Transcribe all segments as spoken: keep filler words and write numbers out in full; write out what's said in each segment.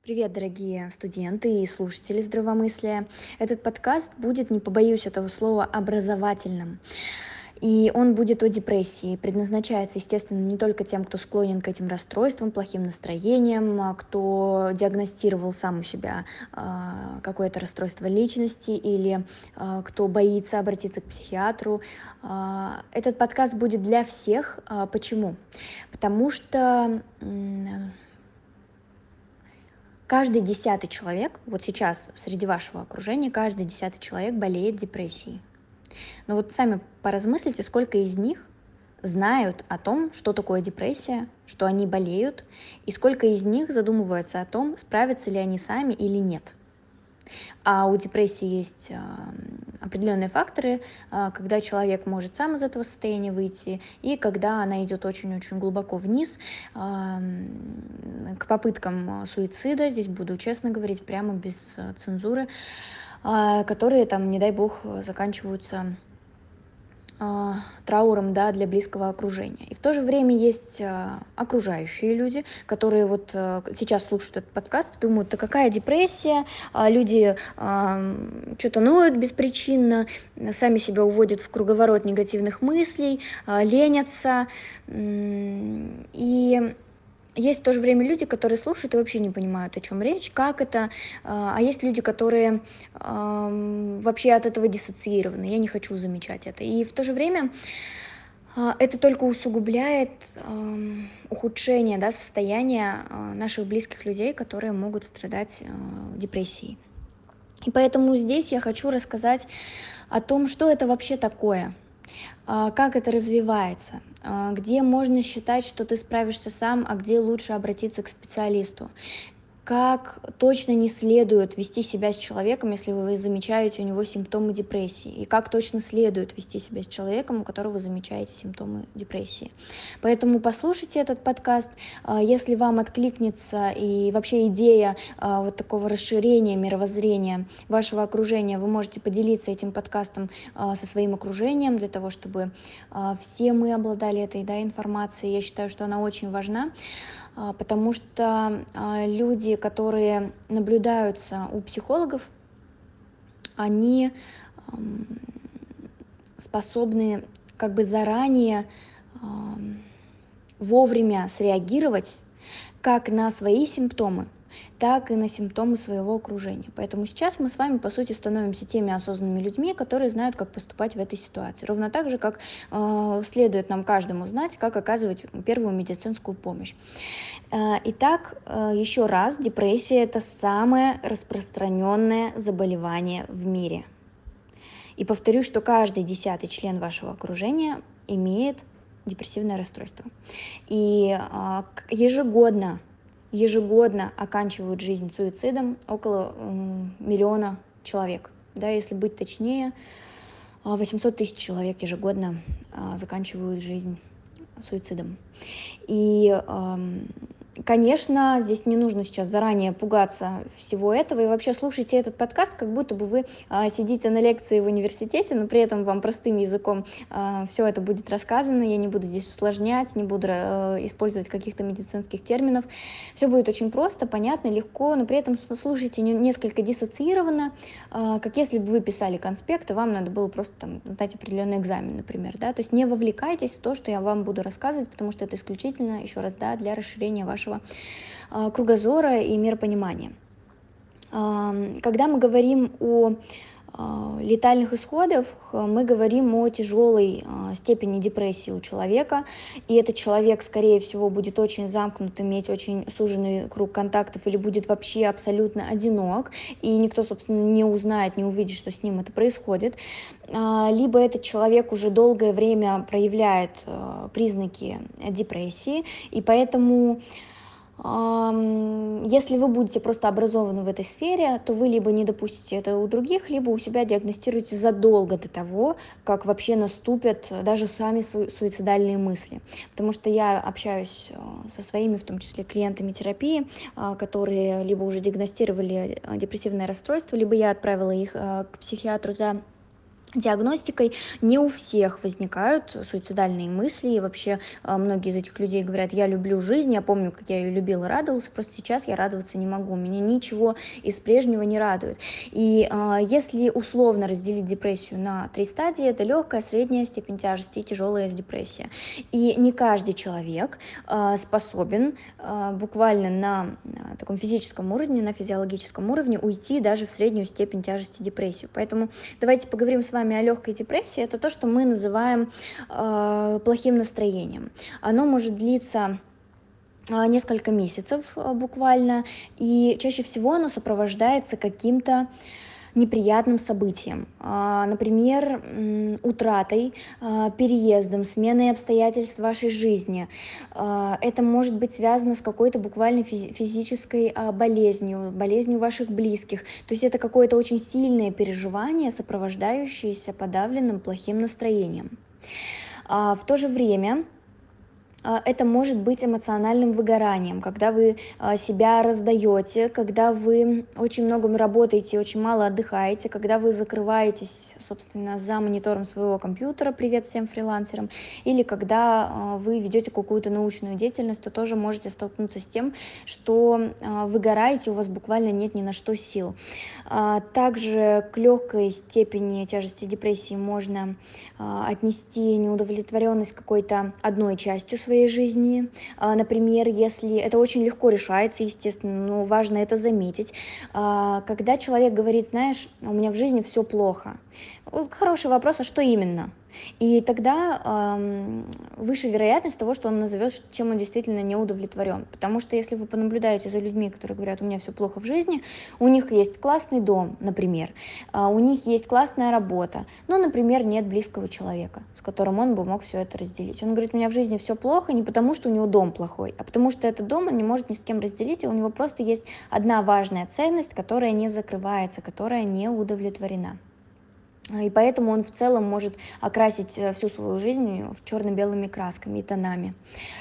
Привет, дорогие студенты и слушатели здравомыслия. Этот подкаст будет, не побоюсь этого слова, образовательным. И он будет о депрессии. Предназначается, естественно, не только тем, кто склонен к этим расстройствам, плохим настроениям, а кто диагностировал сам у себя а, какое-то расстройство личности или а, кто боится обратиться к психиатру. А, этот подкаст будет для всех. А, почему? Потому что м, каждый десятый человек, вот сейчас среди вашего окружения, каждый десятый человек болеет депрессией. Но вот сами поразмыслите, сколько из них знают о том, что такое депрессия, что они болеют, и сколько из них задумываются о том, справятся ли они сами или нет. А у депрессии есть а, определенные факторы, а, когда человек может сам из этого состояния выйти, и когда она идет очень-очень глубоко вниз, а, м, к попыткам а, суицида, здесь буду честно говорить, прямо без а, цензуры, а, которые там, не дай бог, заканчиваются а, трауром, да, для близкого окружения. И в то же время есть а, окружающие люди, которые вот а, сейчас слушают этот подкаст и думают, да какая депрессия, а, люди а, что-то ноют беспричинно, сами себя уводят в круговорот негативных мыслей, а, ленятся. М, И есть в то же время люди, которые слушают и вообще не понимают, о чем речь, как это. А а есть люди, которые ам, вообще от этого диссоциированы. Я не хочу замечать это. И в то же время а, это только усугубляет ам, ухудшение, да, состояния а, наших близких людей, которые могут страдать а, депрессией. И поэтому здесь я хочу рассказать о том, что это вообще такое, а, как это развивается, а, где можно считать, что ты справишься сам, а где лучше обратиться к специалисту. Как точно не следует вести себя с человеком, если вы замечаете у него симптомы депрессии, и как точно следует вести себя с человеком, у которого вы замечаете симптомы депрессии. Поэтому послушайте этот подкаст, а, если вам откликнется и вообще идея а, вот такого расширения мировоззрения вашего окружения, вы можете поделиться этим подкастом а, со своим окружением для того, чтобы а, все мы обладали этой, да, информацией. Я считаю, что она очень важна. А, потому что а, люди, которые наблюдаются у психологов, они ам, способны как бы заранее ам, вовремя среагировать как на свои симптомы, так и на симптомы своего окружения. Поэтому сейчас мы с вами, по сути, становимся теми осознанными людьми, которые знают, как поступать в этой ситуации. Ровно так же, как э, следует нам каждому знать, как оказывать первую медицинскую помощь. Э, Итак, э, еще раз, депрессия – это самое распространенное заболевание в мире. И повторю, что каждый десятый член вашего окружения имеет депрессивное расстройство. И э, ежегодно ежегодно оканчивают жизнь суицидом около э, миллиона человек. Да, если быть точнее, восемьсот тысяч человек ежегодно э, заканчивают жизнь суицидом. И, эм, конечно, здесь не нужно сейчас заранее пугаться всего этого. И вообще слушайте этот подкаст, как будто бы вы а, сидите на лекции в университете, но при этом вам простым языком а, все это будет рассказано. Я не буду здесь усложнять, не буду а, использовать каких-то медицинских терминов. Все будет очень просто, понятно, легко, но при этом слушайте не, несколько диссоциированно, а, как если бы вы писали конспект, и вам надо было просто там сдать определенный экзамен, например. Да? То есть не вовлекайтесь в то, что я вам буду рассказывать, потому что это исключительно, еще раз, да, для расширения вашего э, кругозора и миропонимания. Э, когда мы говорим о э, летальных исходах, мы говорим о тяжелой э, степени депрессии у человека, и этот человек, скорее всего, будет очень замкнут, иметь очень суженный круг контактов или будет вообще абсолютно одинок, и никто, собственно, не узнает, не увидит, что с ним это происходит. Либо этот человек уже долгое время проявляет э, признаки депрессии, и поэтому если вы будете просто образованы в этой сфере, то вы либо не допустите это у других, либо у себя диагностируете задолго до того, как вообще наступят даже сами суицидальные мысли. Потому что я общаюсь со своими, в том числе клиентами терапии, которые либо уже диагностировали депрессивное расстройство, либо я отправила их к психиатру за диагностикой. Не у всех возникают суицидальные мысли, и вообще а, многие из этих людей говорят: я люблю жизнь, я помню, как я ее любил и радовался, просто сейчас я радоваться не могу, меня ничего из прежнего не радует. И а, если условно разделить депрессию на три стадии, это легкая, средняя степень тяжести и тяжелая депрессия. И не каждый человек а, способен а, буквально на а, таком физическом уровне, на физиологическом уровне уйти даже в среднюю степень тяжести депрессии. Поэтому давайте поговорим с вами о легкой депрессии. Это то, что мы называем э, плохим настроением. Оно может длиться э, несколько месяцев э, буквально, и чаще всего оно сопровождается каким-то неприятным событием, а, например, м, утратой, а, переездом, сменой обстоятельств вашей жизни. А, Это может быть связано с какой-то буквально физи- физической а, болезнью, болезнью ваших близких. То есть это какое-то очень сильное переживание, сопровождающееся подавленным плохим настроением. А, В то же время а, это может быть эмоциональным выгоранием, когда вы а, себя раздаете, когда вы очень много работаете, очень мало отдыхаете, когда вы закрываетесь, собственно, за монитором своего компьютера, привет всем фрилансерам, или когда а, вы ведете какую-то научную деятельность, то тоже можете столкнуться с тем, что а, выгораете, у вас буквально нет ни на что сил. А, Также к легкой степени тяжести депрессии можно а, отнести неудовлетворенность какой-то одной частью своей жизни. А, Например, если это очень легко решается, естественно, но важно это заметить. А, Когда человек говорит: знаешь, у меня в жизни все плохо. Вот хороший вопрос, а что именно? И тогда ам, выше вероятность того, что он назовет, чем он действительно не удовлетворен. Потому что если вы понаблюдаете за людьми, которые говорят: у меня все плохо в жизни, у них есть классный дом, например, а, у них есть классная работа, но, например, нет близкого человека, с которым он бы мог все это разделить. Он говорит: у меня в жизни все плохо не потому, что у него дом плохой, а потому что этот дом он не может ни с кем разделить, и у него просто есть одна важная ценность, которая не закрывается, которая не удовлетворена. А, И поэтому он в целом может окрасить э, всю свою жизнь в черно-белыми красками и тонами.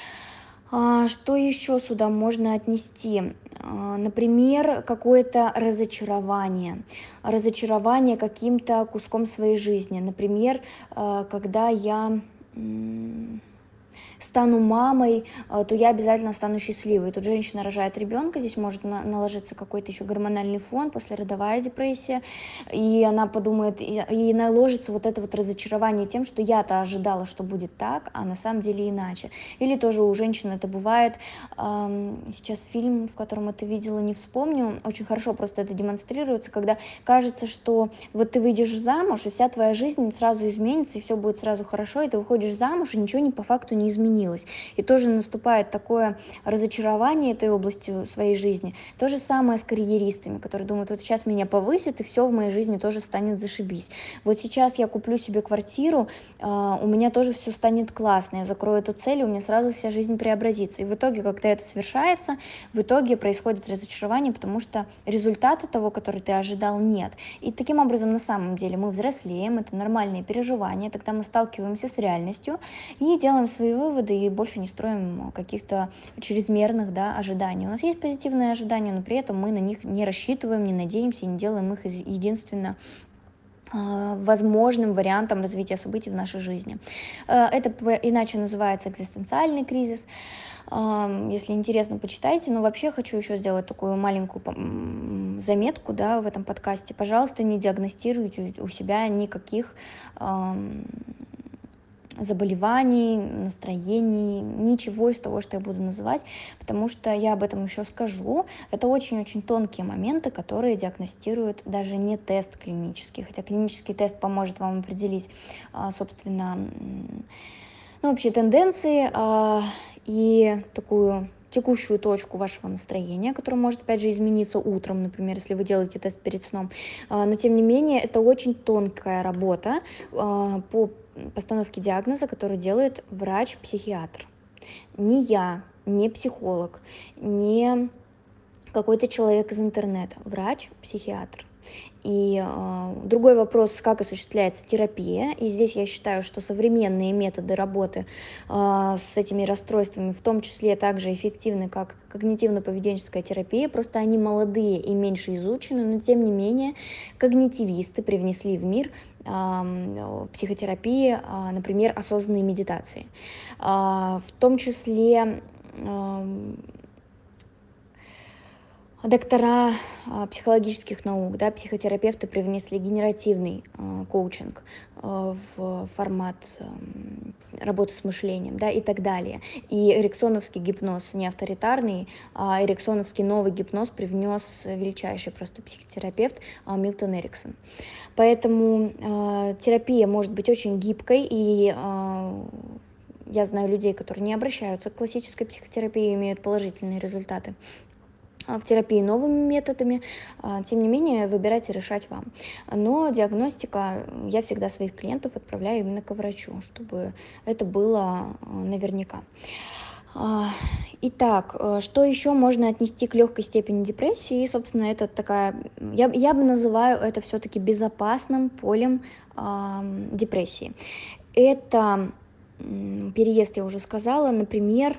А, Что еще сюда можно отнести? А, Например, какое-то разочарование. Разочарование каким-то куском своей жизни. Например, а, когда я м, стану мамой, а, то я обязательно стану счастливой. Тут женщина рожает ребенка, здесь может на- наложиться какой-то еще гормональный фон, послеродовая депрессия, и она подумает, и, и наложится вот это вот разочарование тем, что я-то ожидала, что будет так, а на самом деле иначе. Или тоже у женщин это бывает. ам, Сейчас фильм, в котором это видела, не вспомню, очень хорошо просто это демонстрируется, когда кажется, что вот ты выйдешь замуж, и вся твоя жизнь сразу изменится, и все будет сразу хорошо, и ты выходишь замуж, и ничего не по факту не изменилось. И тоже наступает такое разочарование этой областью своей жизни. То же самое с карьеристами, которые думают: вот сейчас меня повысят, и все в моей жизни тоже станет зашибись. Вот сейчас я куплю себе квартиру, а, у меня тоже все станет классно, я закрою эту цель, и у меня сразу вся жизнь преобразится. И в итоге, когда это совершается, в итоге происходит разочарование, потому что результата того, который ты ожидал, нет. И таким образом, на самом деле, мы взрослеем, это нормальные переживания, тогда мы сталкиваемся с реальностью и делаем свои выводы, и больше не строим каких-то чрезмерных, да, ожиданий. У нас есть позитивные ожидания, но при этом мы на них не рассчитываем, не надеемся и не делаем их из- единственно а, возможным вариантом развития событий в нашей жизни. Э, Это п- иначе называется экзистенциальный кризис. Ам, Если интересно, почитайте. Но вообще хочу еще сделать такую маленькую м, заметку, да, в этом подкасте. Пожалуйста, не диагностируйте у у себя никаких ам, заболеваний, настроений, ничего из того, что я буду называть, потому что я об этом еще скажу. Это очень-очень тонкие моменты, которые диагностируют даже не тест клинический, хотя клинический тест поможет вам определить, а, собственно, м, ну, вообще тенденции а, и такую текущую точку вашего настроения, которая может, опять же, измениться утром, например, если вы делаете тест перед сном. А, Но, тем не менее, это очень тонкая работа а, по постановке диагноза, которую делает врач-психиатр. Не я, не психолог, не какой-то человек из интернета, врач-психиатр. И э, другой вопрос, как осуществляется терапия. И здесь я считаю, что современные методы работы э, с этими расстройствами, в том числе также эффективны, как когнитивно-поведенческая терапия, просто они молодые и меньше изучены, но тем не менее когнитивисты привнесли в мир ам, психотерапии, а, например, осознанной медитации. А, В том числе ам, доктора а, психологических наук, да, психотерапевты привнесли генеративный а, коучинг а, в формат ам, работы с мышлением, да, и так далее. И эриксоновский гипноз не авторитарный, а эриксоновский новый гипноз привнес величайший просто психотерапевт а, Милтон Эриксон. Поэтому а, терапия может быть очень гибкой, и а, я знаю людей, которые не обращаются к классической психотерапии и имеют положительные результаты в терапии новыми методами, тем не менее, выбирать и решать вам. Но диагностика, я всегда своих клиентов отправляю именно к врачу, чтобы это было наверняка. Итак, что еще можно отнести к легкой степени депрессии? Собственно, это такая, я, я бы называю это все-таки безопасным полем э, депрессии. Это м, переезд, я уже сказала, например,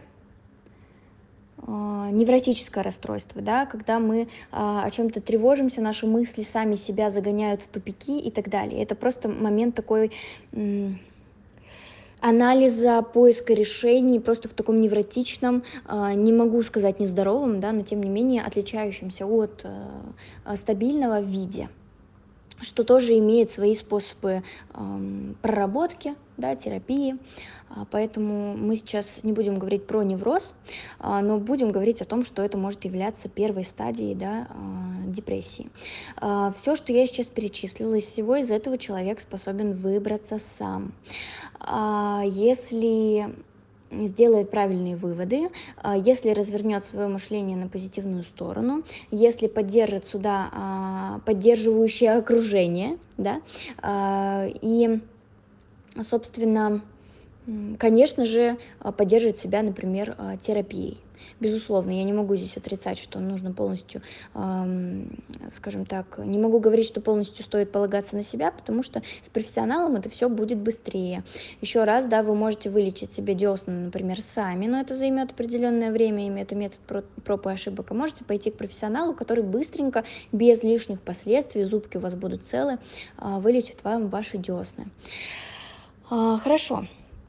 невротическое расстройство, да, когда мы а, о чем-то тревожимся, наши мысли сами себя загоняют в тупики и так далее. Это просто момент такой м, анализа, поиска решений, просто в таком невротичном, а, не могу сказать нездоровом, да, но тем не менее отличающемся от а, стабильного виде, что тоже имеет свои способы эм, проработки, да, терапии. А, Поэтому мы сейчас не будем говорить про невроз, а, но будем говорить о том, что это может являться первой стадией, да, а, депрессии. Все, что я сейчас перечислила, из всего из этого человек способен выбраться сам. А, Если сделает правильные выводы, а, если развернет свое мышление на позитивную сторону, если поддержит сюда а, поддерживающее окружение, да, а, и, собственно, м, конечно же, а, поддерживает себя, например, а, терапией. Безусловно, я не могу здесь отрицать, что нужно полностью, ам, скажем так, не могу говорить, что полностью стоит полагаться на себя, потому что с профессионалом это все будет быстрее. Еще раз, да, вы можете вылечить себе десна, например, сами, но это займет определенное время, и это метод про- проб и ошибок. А можете пойти к профессионалу, который быстренько, без лишних последствий, зубки у вас будут целы, а, вылечит вам ваши десны. А, Хорошо.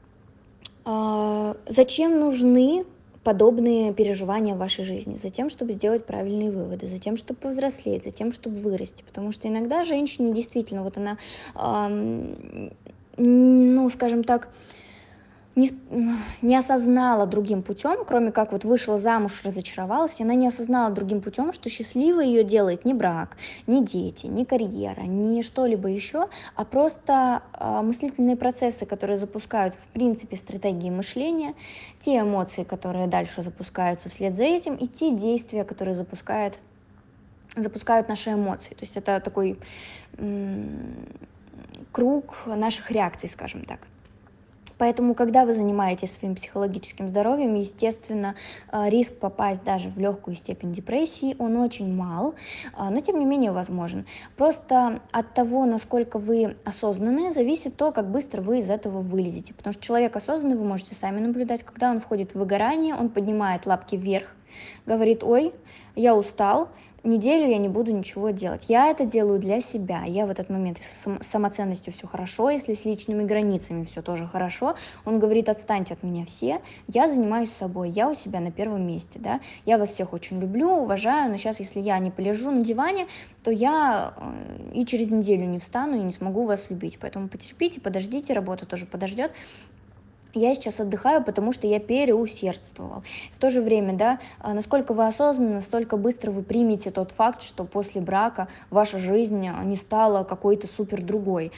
А, Зачем нужны подобные переживания в вашей жизни? Затем, чтобы сделать правильные выводы, затем, чтобы повзрослеть, затем, чтобы вырасти. Потому что иногда женщине действительно, вот она, ам, ну, скажем так, не, не осознала другим путем, кроме как вот вышла замуж, разочаровалась, она не осознала другим путем, что счастливой ее делает не брак, не дети, не карьера, не что-либо еще, а просто э, мыслительные процессы, которые запускают в принципе стратегии мышления, те эмоции, которые дальше запускаются вслед за этим, и те действия, которые запускают, запускают наши эмоции. То есть это такой м- круг наших реакций, скажем так. Поэтому, когда вы занимаетесь своим психологическим здоровьем, естественно, риск попасть даже в легкую степень депрессии, он очень мал, но тем не менее возможен. Просто от того, насколько вы осознанны, зависит то, как быстро вы из этого вылезете. Потому что человек осознанный, вы можете сами наблюдать, когда он входит в выгорание, он поднимает лапки вверх, говорит: ой, я устал, неделю я не буду ничего делать. Я это делаю для себя. Я в этот момент, если с самоценностью все хорошо, если с личными границами все тоже хорошо, он говорит: отстаньте от меня все, я занимаюсь собой, я у себя на первом месте, да, я вас всех очень люблю, уважаю, но сейчас, если я не полежу на диване, то я и через неделю не встану и не смогу вас любить. Поэтому потерпите, подождите, работа тоже подождет. Я сейчас отдыхаю, потому что я переусердствовал. В то же время, да, насколько вы осознанны, настолько быстро вы примете тот факт, что после брака ваша жизнь не стала какой-то супер другой.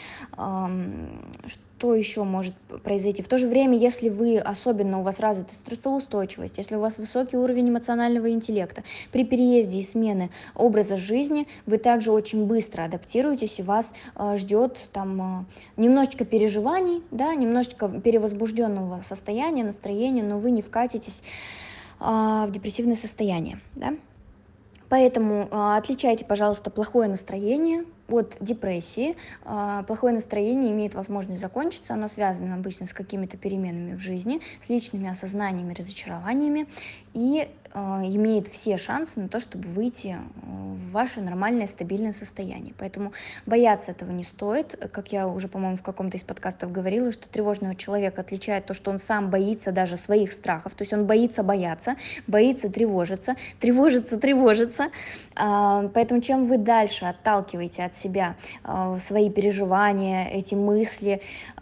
Что еще может произойти? В то же время, если вы, особенно у вас развита стрессоустойчивость, если у вас высокий уровень эмоционального интеллекта, при переезде и смене образа жизни вы также очень быстро адаптируетесь, и вас э, ждет там э, немножечко переживаний, да, немножечко перевозбужденного состояния, настроения, но вы не вкатитесь э, в депрессивное состояние, да. Поэтому э, отличайте, пожалуйста, плохое настроение от депрессии. Э, плохое настроение имеет возможность закончиться, оно связано обычно с какими-то переменами в жизни, с личными осознаниями, разочарованиями, и э, имеет все шансы на то, чтобы выйти э, в ваше нормальное стабильное состояние. Поэтому бояться этого не стоит. Как я уже, по-моему, в каком-то из подкастов говорила, что тревожного человека отличает то, что он сам боится даже своих страхов, то есть он боится бояться, боится тревожиться, тревожится тревожиться. Поэтому чем вы дальше отталкиваете от себя свои переживания, эти мысли,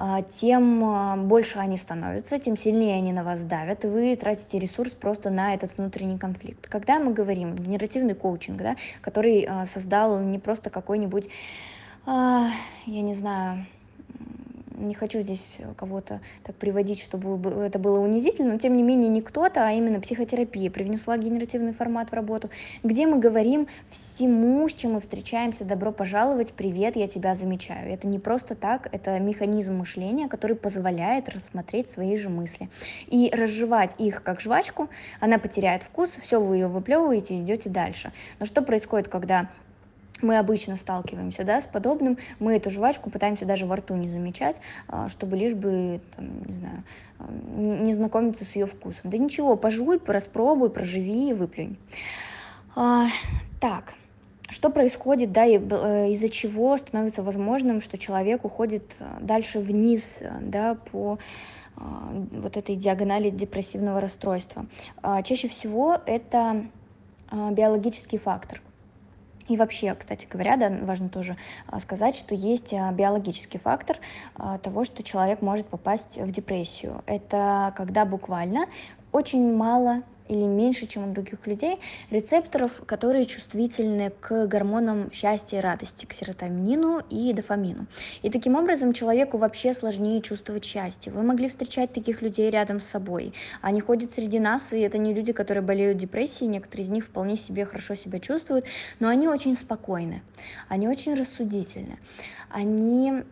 тем больше они становятся, тем сильнее они на вас давят, и вы тратите ресурс просто на этот внутренний конфликт. Когда мы говорим генеративный коучинг, да, который создал не просто какой-нибудь, я не знаю, не хочу здесь кого-то так приводить, чтобы это было унизительно, но тем не менее не кто-то, а именно психотерапия привнесла генеративный формат в работу, где мы говорим всему, с чем мы встречаемся: добро пожаловать, привет, я тебя замечаю. Это не просто так, это механизм мышления, который позволяет рассмотреть свои же мысли и разжевать их как жвачку. Она потеряет вкус, все, вы ее выплевываете и идете дальше. Но что происходит, когда мы обычно сталкиваемся, да, с подобным, мы эту жвачку пытаемся даже во рту не замечать, чтобы лишь бы, там, не знаю, не знакомиться с ее вкусом. Да ничего, пожуй, распробуй, проживи, выплюнь. А, так, что происходит, да, из-за чего становится возможным, что человек уходит дальше вниз, да, по вот этой диагонали депрессивного расстройства? Чаще всего это биологический фактор. И вообще, кстати говоря, да, важно тоже сказать, что есть биологический фактор того, что человек может попасть в депрессию. Это когда буквально очень мало или меньше, чем у других людей, рецепторов, которые чувствительны к гормонам счастья и радости, к серотонину и дофамину. И таким образом человеку вообще сложнее чувствовать счастье. Вы могли встречать таких людей рядом с собой. Они ходят среди нас, и это не люди, которые болеют депрессией, некоторые из них вполне себе хорошо себя чувствуют, но они очень спокойны, они очень рассудительны, они...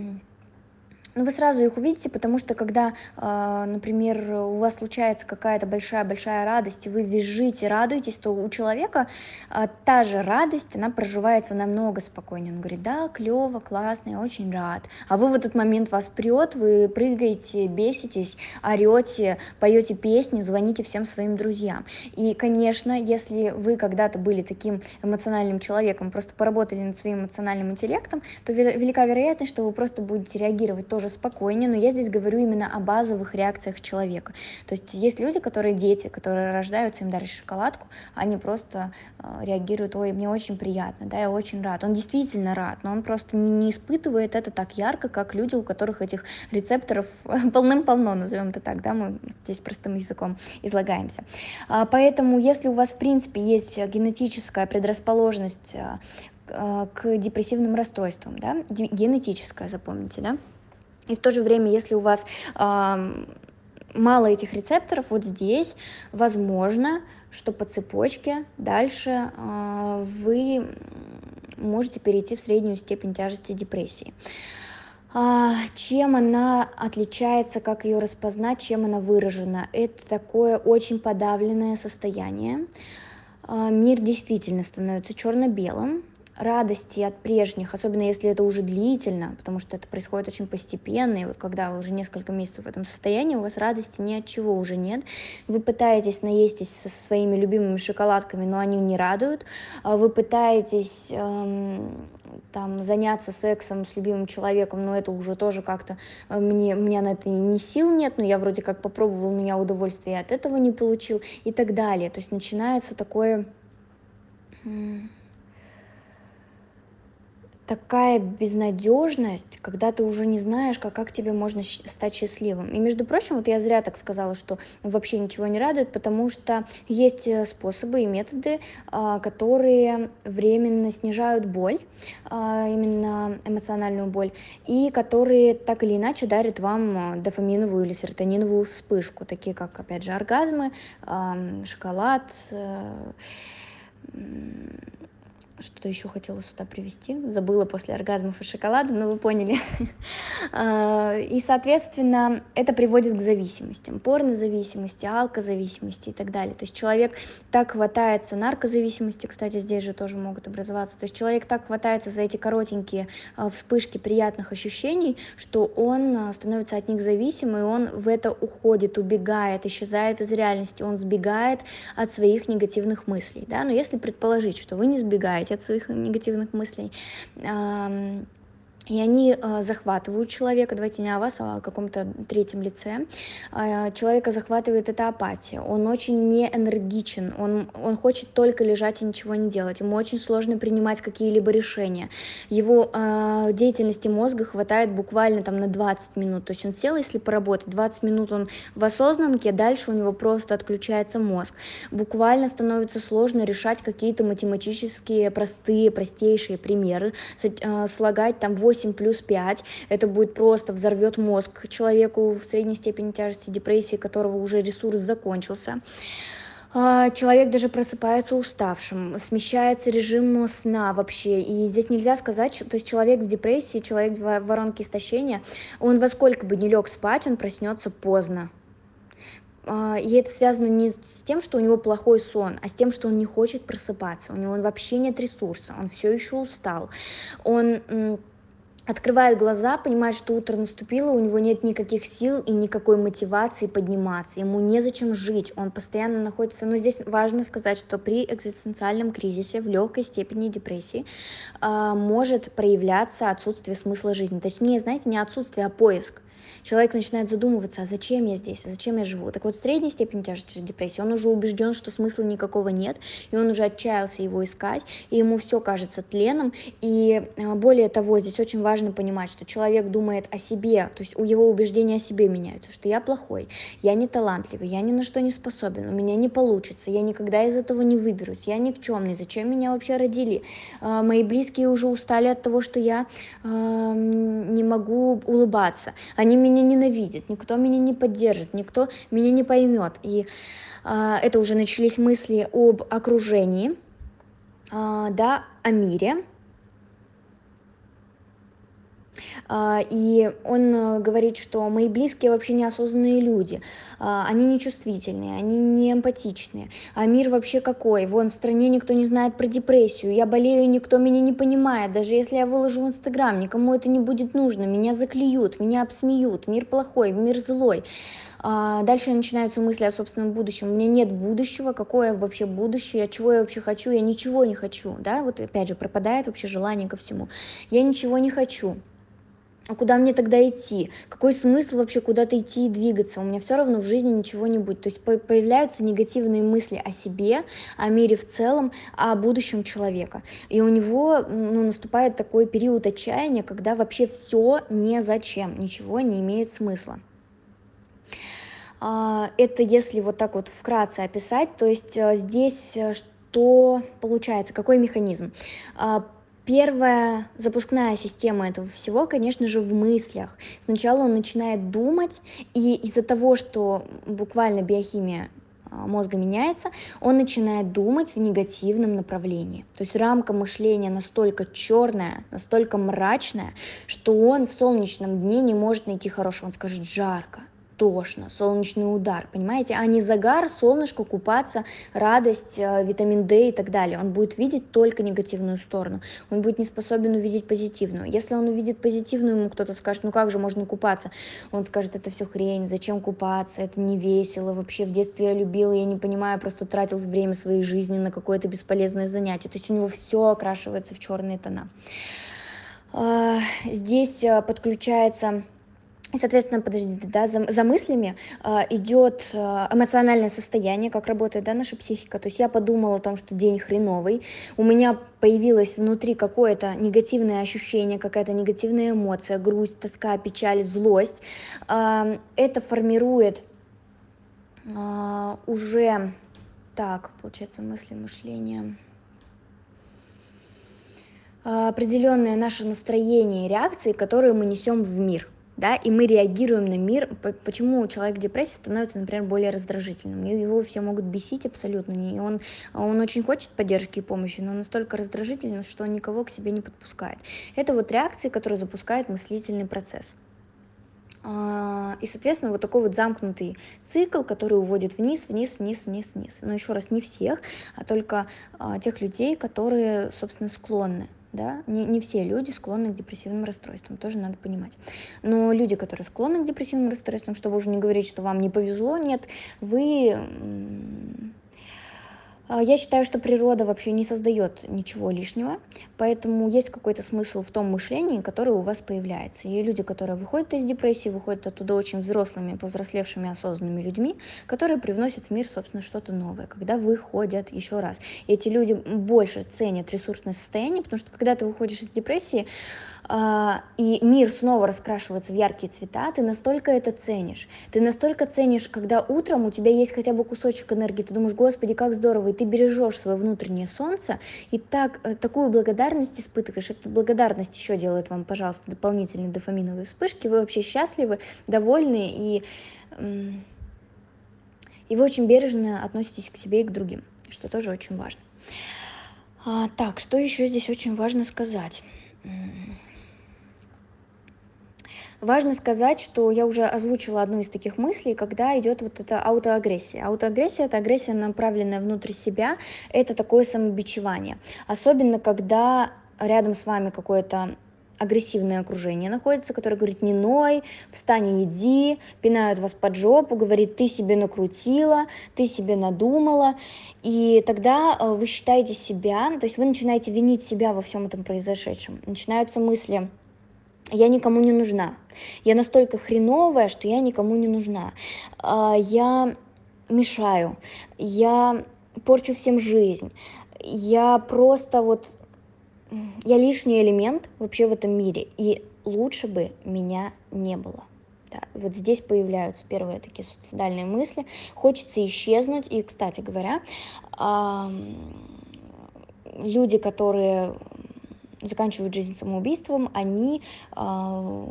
Ну, вы сразу их увидите, потому что когда, например, у вас случается какая-то большая-большая радость, и вы визжите, радуетесь, то у человека та же радость, она проживается намного спокойнее. Он говорит: да, клево, классно, я очень рад. А вы в этот момент, вас прет, вы прыгаете, беситесь, орете, поете песни, звоните всем своим друзьям. И, конечно, если вы когда-то были таким эмоциональным человеком, просто поработали над своим эмоциональным интеллектом, то велика вероятность, что вы просто будете реагировать тоже спокойнее, но я здесь говорю именно о базовых реакциях человека. То есть есть люди, которые дети, которые рождаются, им дарят шоколадку, они просто э, реагируют: ой, мне очень приятно, да, я очень рад. Он действительно рад, но он просто не, не испытывает это так ярко, как люди, у которых этих рецепторов полным-полно, назовем это так, да, мы здесь простым языком излагаемся. А, поэтому, если у вас, в принципе, есть генетическая предрасположенность э, к депрессивным расстройствам, да, генетическая, запомните, да, и в то же время, если у вас э, мало этих рецепторов, вот здесь возможно, что по цепочке дальше э, вы можете перейти в среднюю степень тяжести депрессии. А, чем она отличается, как ее распознать, чем она выражена? Это такое очень подавленное состояние. А, мир действительно становится черно-белым. Радости от прежних, особенно если это уже длительно, потому что это происходит очень постепенно, и вот когда вы уже несколько месяцев в этом состоянии, у вас радости ни от чего уже нет, вы пытаетесь наестись со своими любимыми шоколадками, но они не радуют, вы пытаетесь эм, там заняться сексом с любимым человеком, но это уже тоже как-то, мне, у меня на это ни сил нет, но я вроде как попробовал, но я удовольствия от этого не получил, и так далее. То есть начинается такое... такая безнадежность, когда ты уже не знаешь, как, как тебе можно стать счастливым. И, между прочим, вот я зря так сказала, что вообще ничего не радует, потому что есть способы и методы, которые временно снижают боль, именно эмоциональную боль, и которые так или иначе дарят вам дофаминовую или серотониновую вспышку, такие как, опять же, оргазмы, шоколад, Что-то еще хотела сюда привести, забыла после оргазмов и шоколада, но вы поняли. А, И, соответственно, это приводит к зависимостям, порнозависимости, алкозависимости и так далее. То есть человек так хватается, наркозависимости, кстати, здесь же тоже могут образоваться. То есть человек так хватается за эти коротенькие а, вспышки приятных ощущений, что он а, становится от них зависим, и он в это уходит, убегает, исчезает из реальности, он сбегает от своих негативных мыслей. Да? Но если предположить, что вы не сбегаете от своих негативных мыслей, ам, и они э, захватывают человека, давайте не о вас, а о каком-то третьем лице, э, человека захватывает эта апатия, он очень неэнергичен, он, он хочет только лежать и ничего не делать, ему очень сложно принимать какие-либо решения, его э, деятельности мозга хватает буквально там на двадцать минут, то есть он сел, если поработать, двадцать минут он в осознанке, дальше у него просто отключается мозг, буквально становится сложно решать какие-то математические простые, простейшие примеры, э, слагать там восемь плюс пять, это будет просто взорвет мозг человеку в средней степени тяжести депрессии, которого уже ресурс закончился. Человек даже просыпается уставшим, смещается режим сна вообще, и здесь нельзя сказать, что, то есть человек в депрессии, человек в воронке истощения, он во сколько бы ни лег спать, он проснется поздно. И это связано не с тем, что у него плохой сон, а с тем, что он не хочет просыпаться, у него вообще нет ресурса, он все еще устал, он открывает глаза, понимает, что утро наступило, у него нет никаких сил и никакой мотивации подниматься, ему незачем жить, он постоянно находится, но здесь важно сказать, что при экзистенциальном кризисе в легкой степени депрессии э, может проявляться отсутствие смысла жизни, точнее, знаете, не отсутствие, а поиск. Человек начинает задумываться, а зачем я здесь, а зачем я живу. Так вот, в средней степени тяжести депрессии он уже убежден, что смысла никакого нет, и он уже отчаялся его искать, и ему все кажется тленом. И более того, здесь очень важно понимать, что человек думает о себе, то есть у его убеждения о себе меняются, что я плохой, я не талантливый, я ни на что не способен, у меня не получится, я никогда из этого не выберусь, я никчемный, зачем меня вообще родили. Мои близкие уже устали от того, что я не могу улыбаться, они меня ненавидят, никто меня не поддержит, никто меня не поймет. И э, это уже начались мысли об окружении, э, да, о мире. И он говорит, что мои близкие вообще неосознанные люди, они нечувствительные, они не эмпатичные, а мир вообще какой, вон в стране никто не знает про депрессию, я болею, никто меня не понимает, даже если я выложу в Инстаграм, никому это не будет нужно, меня заклюют, меня обсмеют, мир плохой, мир злой. Дальше начинаются мысли о собственном будущем. У меня нет будущего, какое вообще будущее, чего я вообще хочу, я ничего не хочу, да, вот опять же пропадает вообще желание ко всему, я ничего не хочу. А куда мне тогда идти? Какой смысл вообще куда-то идти и двигаться? У меня все равно в жизни ничего не будет. То есть появляются негативные мысли о себе, о мире в целом, о будущем человека. И у него ну, наступает такой период отчаяния, когда вообще все незачем, ничего не имеет смысла. Это если вот так вот вкратце описать, то есть здесь что получается, какой механизм? Первая запускная система этого всего, конечно же, в мыслях. Сначала он начинает думать, и из-за того, что буквально биохимия мозга меняется, он начинает думать в негативном направлении. То есть рамка мышления настолько черная, настолько мрачная, что он в солнечном дне не может найти хорошего. Он скажет жарко, тошно, солнечный удар, понимаете, а не загар, солнышко, купаться, радость, витамин D и так далее. Он будет видеть только негативную сторону, он будет не способен увидеть позитивную. Если он увидит позитивную, ему кто-то скажет, ну как же можно купаться? Он скажет, это все хрень, зачем купаться, это не весело, вообще в детстве я любила, я не понимаю, просто тратил время своей жизни на какое-то бесполезное занятие. То есть у него все окрашивается в черные тона. Здесь подключается... И, соответственно, подождите, да, за, за мыслями э, идет э, эмоциональное состояние, как работает, да, наша психика. То есть я подумала о том, что день хреновый, у меня появилось внутри какое-то негативное ощущение, какая-то негативная эмоция, грусть, тоска, печаль, злость. Э, это формирует э, уже, так, получается, мысли, мышление... определенное наше настроение и реакции, которые мы несем в мир. да, и мы реагируем на мир. Почему человек в депрессии становится, например, более раздражительным? Его все могут бесить абсолютно, и он, он очень хочет поддержки и помощи, но он настолько раздражителен, что он никого к себе не подпускает. Это вот реакции, которые запускают мыслительный процесс. И, соответственно, вот такой вот замкнутый цикл, который уводит вниз, вниз, вниз, вниз, вниз. Но еще раз, не всех, а только тех людей, которые, собственно, склонны. Да? Не, не все люди склонны к депрессивным расстройствам, тоже надо понимать. Но люди, которые склонны к депрессивным расстройствам, чтобы уже не говорить, что вам не повезло, нет, вы... Я считаю, что природа вообще не создает ничего лишнего, поэтому есть какой-то смысл в том мышлении, которое у вас появляется. И люди, которые выходят из депрессии, выходят оттуда очень взрослыми, повзрослевшими, осознанными людьми, которые привносят в мир, собственно, что-то новое, когда выходят еще раз. И эти люди больше ценят ресурсное состояние, потому что когда ты выходишь из депрессии, и мир снова раскрашивается в яркие цвета, ты настолько это ценишь. Ты настолько ценишь, когда утром у тебя есть хотя бы кусочек энергии, ты думаешь, господи, как здорово, и ты бережешь свое внутреннее солнце, и так, такую благодарность испытываешь. Эта благодарность еще делает вам, пожалуйста, дополнительные дофаминовые вспышки, вы вообще счастливы, довольны, и, и вы очень бережно относитесь к себе и к другим, что тоже очень важно. А, так, что еще здесь очень важно сказать? Важно сказать, что я уже озвучила одну из таких мыслей, когда идет вот эта аутоагрессия. Аутоагрессия — это агрессия, направленная внутрь себя, это такое самобичевание. Особенно, когда рядом с вами какое-то агрессивное окружение находится, которое говорит: не ной, встань и иди, пинают вас под жопу, говорит: ты себе накрутила, ты себе надумала. И тогда вы считаете себя, то есть вы начинаете винить себя во всем этом произошедшем. Начинаются мысли: я никому не нужна, я настолько хреновая, что я никому не нужна, я мешаю, я порчу всем жизнь, я просто вот, я лишний элемент вообще в этом мире, и лучше бы меня не было. Да, вот здесь появляются первые такие суицидальные мысли, хочется исчезнуть. И, кстати говоря, люди, которые заканчивают жизнь самоубийством, они в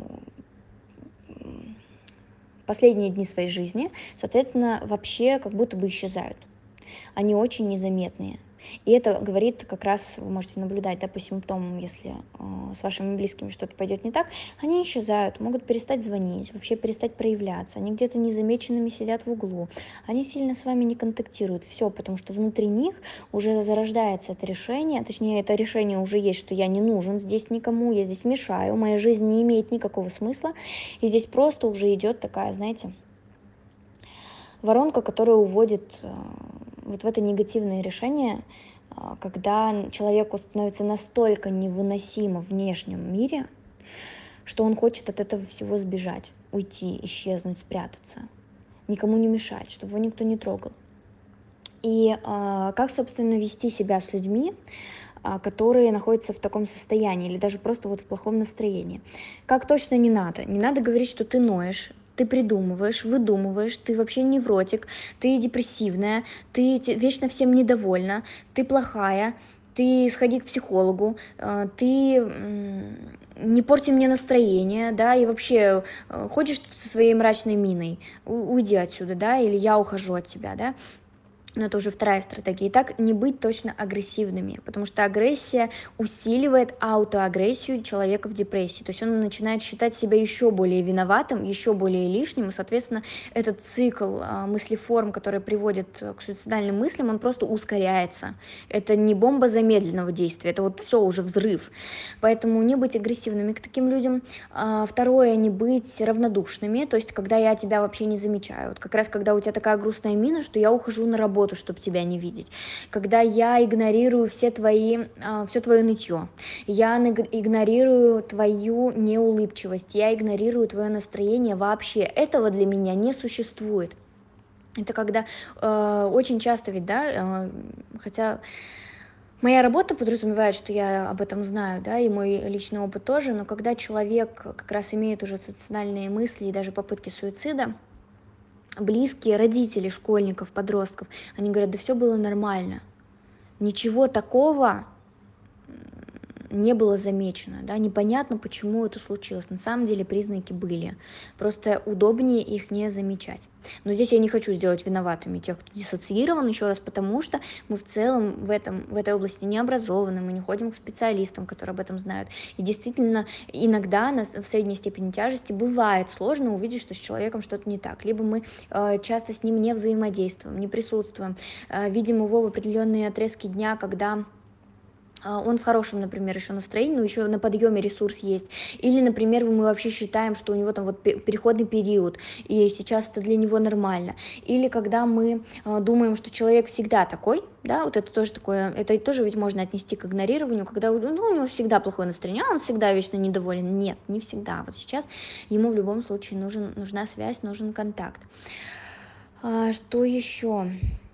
последние дни своей жизни, соответственно, вообще как будто бы исчезают. Они очень незаметные. И это говорит как раз, вы можете наблюдать, да, по симптомам, если э, с вашими близкими что-то пойдет не так, они исчезают, могут перестать звонить, вообще перестать проявляться, они где-то незамеченными сидят в углу, они сильно с вами не контактируют, все, потому что внутри них уже зарождается это решение, точнее, это решение уже есть, что я не нужен здесь никому, я здесь мешаю, моя жизнь не имеет никакого смысла, и здесь просто уже идет такая, знаете, воронка, которая уводит вот в это негативное решение, когда человеку становится настолько невыносимо в внешнем мире, что он хочет от этого всего сбежать, уйти, исчезнуть, спрятаться, никому не мешать, чтобы его никто не трогал. И как, собственно, вести себя с людьми, которые находятся в таком состоянии или даже просто вот в плохом настроении. Как точно не надо. Не надо говорить, что ты ноешь, ты придумываешь, выдумываешь, ты вообще невротик, ты депрессивная, ты вечно всем недовольна, ты плохая, ты сходи к психологу, ты не порти мне настроение, да, и вообще ходишь тут со своей мрачной миной, уйди отсюда, да, или я ухожу от тебя, да. Но это уже вторая стратегия. Итак, не быть точно агрессивными, потому что агрессия усиливает аутоагрессию человека в депрессии. То есть он начинает считать себя еще более виноватым, еще более лишним, и, соответственно, этот цикл мыслеформ, который приводит к суицидальным мыслям, он просто ускоряется. Это не бомба замедленного действия, это вот все уже взрыв. Поэтому не быть агрессивными к таким людям. Второе, не быть равнодушными, то есть когда я тебя вообще не замечаю. Вот как раз когда у тебя такая грустная мина, что я ухожу на работу, чтобы тебя не видеть, когда я игнорирую все твои, все твое нытье, я игнорирую твою неулыбчивость, я игнорирую твое настроение вообще, этого для меня не существует. Это когда э, очень часто ведь, да, э, хотя моя работа подразумевает, что я об этом знаю, да, и мой личный опыт тоже, но когда человек как раз имеет уже суицидальные мысли и даже попытки суицида, близкие, родители школьников, подростков, они говорят: да все было нормально, ничего такого не было замечено, да, непонятно, почему это случилось. На самом деле признаки были, просто удобнее их не замечать. Но здесь я не хочу сделать виноватыми тех, кто диссоциирован, еще раз, потому что мы в целом в, этом, в этой области не образованы, мы не ходим к специалистам, которые об этом знают. И действительно, иногда на, в средней степени тяжести бывает сложно увидеть, что с человеком что-то не так. Либо мы э, часто с ним не взаимодействуем, не присутствуем, э, видим его в определенные отрезки дня, когда он в хорошем, например, еще настроении, но еще на подъеме ресурс есть. Или, например, мы вообще считаем, что у него там вот переходный период, и сейчас это для него нормально. Или когда мы думаем, что человек всегда такой, да, вот это тоже такое, это тоже ведь можно отнести к игнорированию, когда ну, у него всегда плохое настроение, а он всегда вечно недоволен. Нет, не всегда. Вот сейчас ему в любом случае нужен, нужна связь, нужен контакт. А, что еще?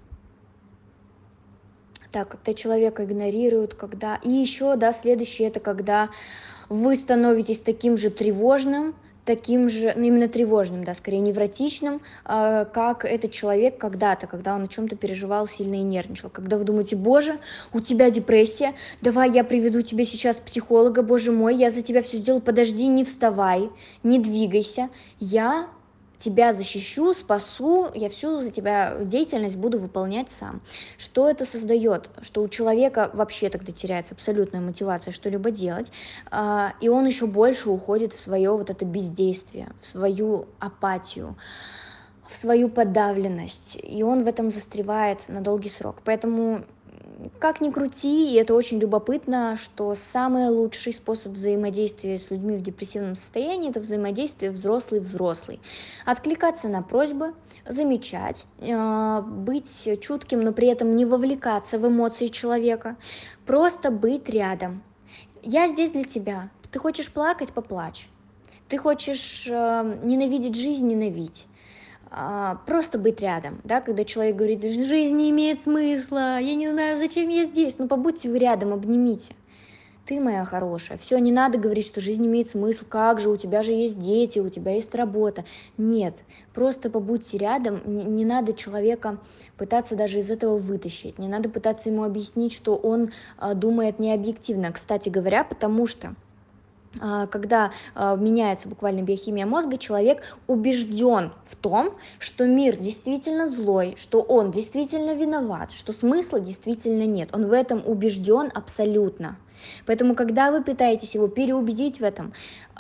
Так, когда человека игнорируют, когда... И еще, да, следующее, это когда вы становитесь таким же тревожным, таким же, ну, именно тревожным, да, скорее невротичным, э, как этот человек когда-то, когда он о чем-то переживал сильно и нервничал. Когда вы думаете, боже, у тебя депрессия, давай я приведу тебе сейчас психолога, боже мой, я за тебя все сделаю, подожди, не вставай, не двигайся, я... тебя защищу, спасу, я всю за тебя деятельность буду выполнять сам. Что это создает? Что у человека вообще тогда теряется абсолютная мотивация что-либо делать, и он еще больше уходит в свое вот это бездействие, в свою апатию, в свою подавленность, и он в этом застревает на долгий срок. Поэтому как ни крути, и это очень любопытно, что самый лучший способ взаимодействия с людьми в депрессивном состоянии – это взаимодействие взрослый-взрослый. Откликаться на просьбы, замечать, быть чутким, но при этом не вовлекаться в эмоции человека, просто быть рядом. Я здесь для тебя. Ты хочешь плакать – поплачь. Ты хочешь ненавидеть жизнь – ненавидь. Просто быть рядом, да, когда человек говорит, жизнь не имеет смысла, я не знаю, зачем я здесь, ну побудьте вы рядом, обнимите. Ты моя хорошая, все, не надо говорить, что жизнь имеет смысл, как же, у тебя же есть дети, у тебя есть работа. Нет, просто побудьте рядом, не, не надо человека пытаться даже из этого вытащить, не надо пытаться ему объяснить, что он а, думает необъективно, кстати говоря, потому что когда меняется буквально биохимия мозга, человек убежден в том, что мир действительно злой, что он действительно виноват, что смысла действительно нет. Он в этом убежден абсолютно. Поэтому, когда вы пытаетесь его переубедить в этом,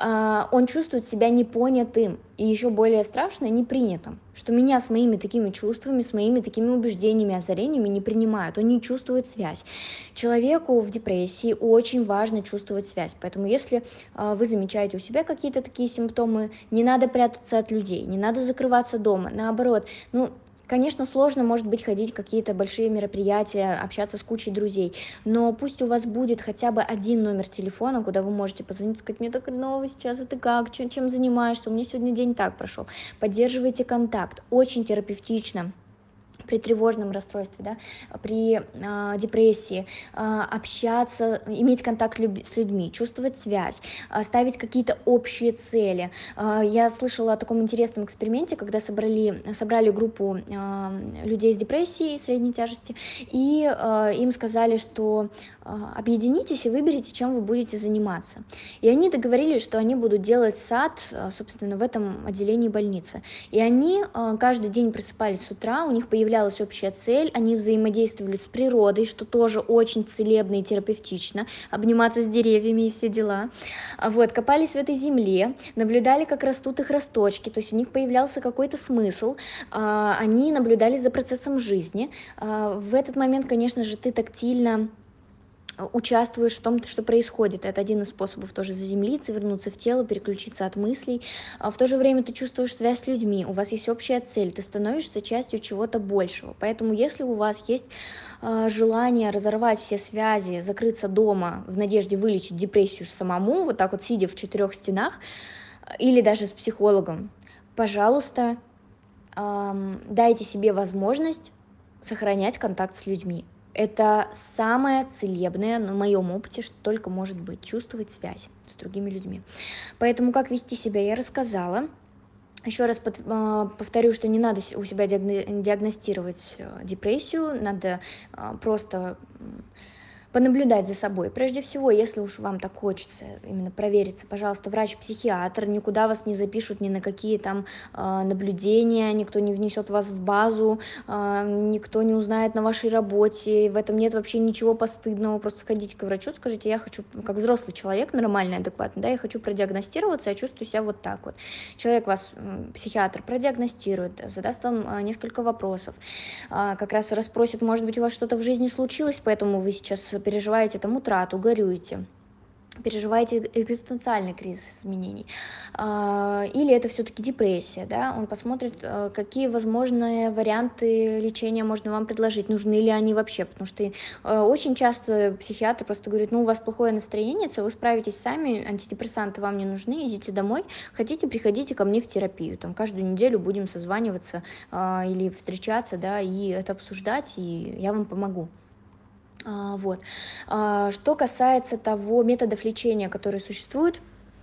он чувствует себя непонятым и еще более страшно, непринятым, что меня с моими такими чувствами, с моими такими убеждениями, озарениями не принимают, он не чувствует связь. Человеку в депрессии очень важно чувствовать связь, поэтому если вы замечаете у себя какие-то такие симптомы, не надо прятаться от людей, не надо закрываться дома, наоборот, ну, конечно, сложно, может быть, ходить в какие-то большие мероприятия, общаться с кучей друзей, но пусть у вас будет хотя бы один номер телефона, куда вы можете позвонить, сказать, мне так хреново сейчас, а ты как, чем, чем занимаешься, у меня сегодня день так прошел. Поддерживайте контакт, очень терапевтично. При тревожном расстройстве, да, при э, депрессии, э, общаться, иметь контакт люб- с людьми, чувствовать связь, э, ставить какие-то общие цели. Э, я слышала о таком интересном эксперименте, когда собрали, собрали группу э, людей с депрессией средней тяжести, и э, им сказали, что э, объединитесь и выберите, чем вы будете заниматься. И они договорились, что они будут делать сад, э, собственно, в этом отделении больницы. И они э, каждый день просыпались с утра, у них появлялась общая цель, они взаимодействовали с природой, что тоже очень целебно и терапевтично, обниматься с деревьями и все дела. Вот, копались в этой земле, наблюдали, как растут их росточки, то есть у них появлялся какой-то смысл, они наблюдали за процессом жизни. В этот момент, конечно же, ты тактильно участвуешь в том, что происходит. Это один из способов тоже заземлиться, вернуться в тело, переключиться от мыслей. В то же время ты чувствуешь связь с людьми, у вас есть общая цель, ты становишься частью чего-то большего. Поэтому если у вас есть желание разорвать все связи, закрыться дома в надежде вылечить депрессию самому, вот так вот сидя в четырех стенах, или даже с психологом, пожалуйста, дайте себе возможность сохранять контакт с людьми. Это самое целебное, на моем опыте, что только может быть, чувствовать связь с другими людьми. Поэтому как вести себя, я рассказала. Еще раз повторю, что не надо у себя диагностировать депрессию, надо просто понаблюдать за собой. Прежде всего, если уж вам так хочется именно провериться, пожалуйста, врач-психиатр, никуда вас не запишут ни на какие там а, наблюдения, никто не внесет вас в базу, а, никто не узнает на вашей работе, в этом нет вообще ничего постыдного, просто сходите к врачу, скажите, я хочу, как взрослый человек, нормальный, адекватный, да, я хочу продиагностироваться, я чувствую себя вот так вот. Человек вас, психиатр, продиагностирует, задаст вам а, несколько вопросов, а, как раз расспросит, может быть, у вас что-то в жизни случилось, поэтому вы сейчас переживаете там утрату, горюете, переживаете экзистенциальный кризис изменений, а, или это все-таки депрессия, да, он посмотрит, а, какие возможные варианты лечения можно вам предложить, нужны ли они вообще, потому что а, очень часто психиатр просто говорит, ну, у вас плохое настроение, вы справитесь сами, антидепрессанты вам не нужны, идите домой, хотите, приходите ко мне в терапию, там каждую неделю будем созваниваться а, или встречаться, да, и это обсуждать, и я вам помогу. А, Вот. А, Что касается того методов лечения, которые существуют,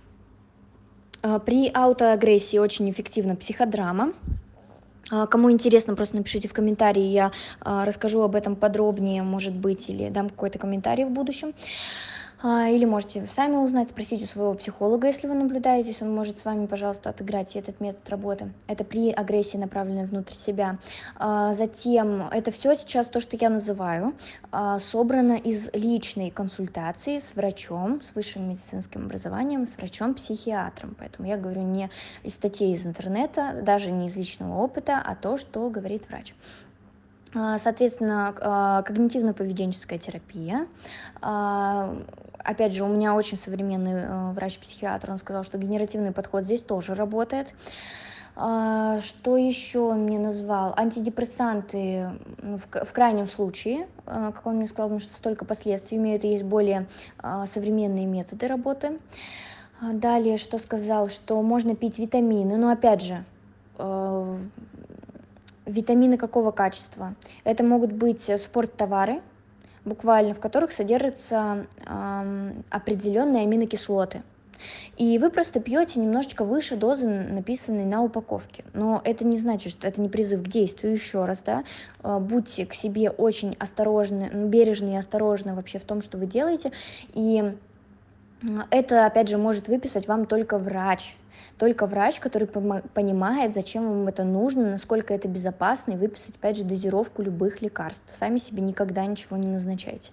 а, при аутоагрессии очень эффективна психодрама. А, Кому интересно, просто напишите в комментарии, я а, расскажу об этом подробнее, может быть, или дам какой-то комментарий в будущем. А, Или можете сами узнать, спросить у своего психолога, если вы наблюдаетесь, он может с вами, пожалуйста, отыграть этот метод работы. Это при агрессии, направленной внутрь себя. А, Затем, это все сейчас то, что я называю, а, собрано из личной консультации с врачом, с высшим медицинским образованием, с врачом-психиатром. Поэтому я говорю не из статей из интернета, даже не из личного опыта, а то, что говорит врач. А, Соответственно, а, когнитивно-поведенческая терапия. А, Опять же, у меня очень современный э, врач-психиатр, он сказал, что генеративный подход здесь тоже работает. А, Что еще он мне назвал? Антидепрессанты ну, в, к- в крайнем случае, а, как он мне сказал, потому что столько последствий имеют, и есть более а, современные методы работы. А, Далее, что сказал, что можно пить витамины, но опять же, э, витамины какого качества? Это могут быть э, спорттовары, буквально в которых содержатся ам, определенные аминокислоты. И вы просто пьете немножечко выше дозы, написанной на упаковке. Но это не значит, что это не призыв к действию. Еще раз, да, а, будьте к себе очень осторожны, ну, бережны и осторожны вообще в том, что вы делаете. И м, это, опять же, может выписать вам только врач. Только врач, который помо- понимает, зачем вам это нужно, насколько это безопасно, и выписать, опять же, дозировку любых лекарств. Сами себе никогда ничего не назначайте.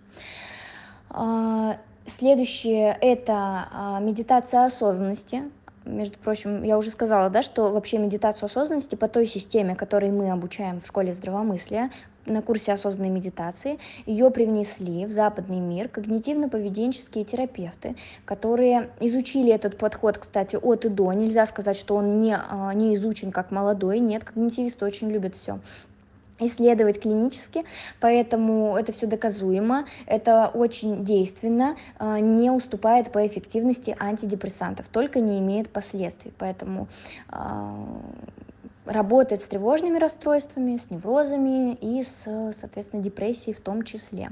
А, Следующее– это а, медитация осознанности. Между прочим, я уже сказала, да, что вообще медитацию осознанности по той системе, которой мы обучаем в школе здравомыслия, на курсе осознанной медитации, ее привнесли в западный мир когнитивно-поведенческие терапевты, которые изучили этот подход, кстати, от и до. Нельзя сказать, что он не, а, не изучен как молодой. Нет, когнитивисты очень любят все исследовать клинически, поэтому это все доказуемо, это очень действенно, а, не уступает по эффективности антидепрессантов, только не имеет последствий, поэтому а, работает с тревожными расстройствами, с неврозами и с, соответственно, депрессией в том числе.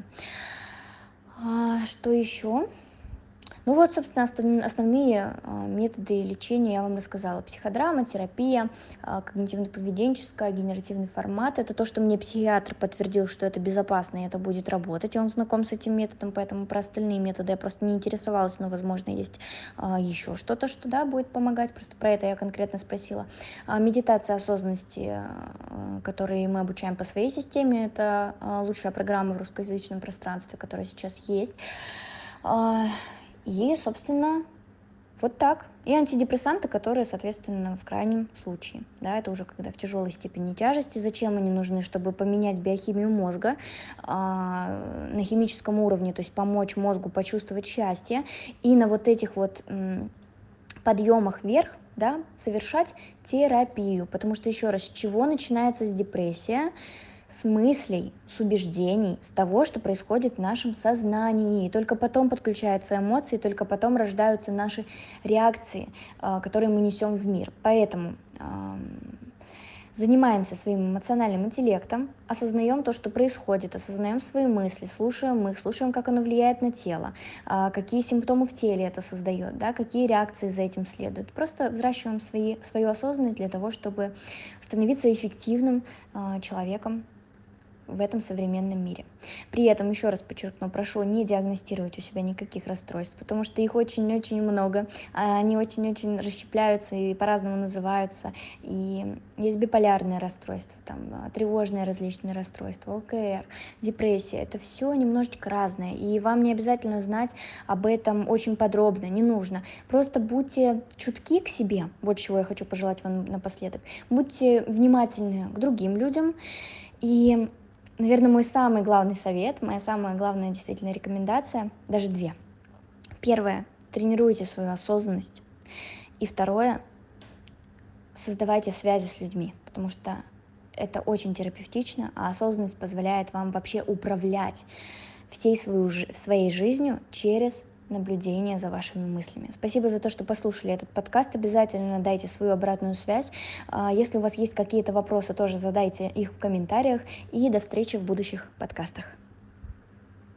А, Что еще? Ну вот, собственно, остав- основные а, методы лечения я вам рассказала. Психодрама, терапия, а, когнитивно-поведенческая, генеративный формат. Это то, что мне психиатр подтвердил, что это безопасно и это будет работать. И он знаком с этим методом, поэтому про остальные методы я просто не интересовалась, но, возможно, есть а, еще что-то, что, да, будет помогать. Просто про это я конкретно спросила. А, Медитация осознанности, а, которой мы обучаем по своей системе, это а, лучшая программа в русскоязычном пространстве, которая сейчас есть. А, И, собственно, вот так. И антидепрессанты, которые, соответственно, в крайнем случае. Да, это уже когда в тяжелой степени тяжести. Зачем они нужны? Чтобы поменять биохимию мозга а, на химическом уровне, то есть помочь мозгу почувствовать счастье. И на вот этих вот м, подъемах вверх, да, совершать терапию. Потому что, еще раз, с чего начинается с депрессия? С мыслей, с убеждений, с того, что происходит в нашем сознании. И только потом подключаются эмоции, только потом рождаются наши реакции, а, которые мы несем в мир. Поэтому ам, занимаемся своим эмоциональным интеллектом, осознаем то, что происходит, осознаем свои мысли, слушаем их, слушаем, как оно влияет на тело, а, какие симптомы в теле это создает, да, какие реакции за этим следуют. Просто взращиваем свои, свою осознанность для того, чтобы становиться эффективным а, человеком в этом современном мире. При этом, еще раз подчеркну, прошу не диагностировать у себя никаких расстройств, потому что их очень-очень много, они очень-очень расщепляются и по-разному называются. И есть биполярное расстройство, там, тревожные различные расстройства, ОКР, депрессия. Это все немножечко разное, и вам не обязательно знать об этом очень подробно, не нужно. Просто будьте чутки к себе, вот чего я хочу пожелать вам напоследок. Будьте внимательны к другим людям. И, наверное, мой самый главный совет, моя самая главная действительно рекомендация, даже две. Первое, тренируйте свою осознанность. И второе, создавайте связи с людьми, потому что это очень терапевтично, а осознанность позволяет вам вообще управлять всей свою, своей жизнью через наблюдение за вашими мыслями. Спасибо за то, что послушали этот подкаст. Обязательно дайте свою обратную связь. Если у вас есть какие-то вопросы, тоже задайте их в комментариях. И до встречи в будущих подкастах.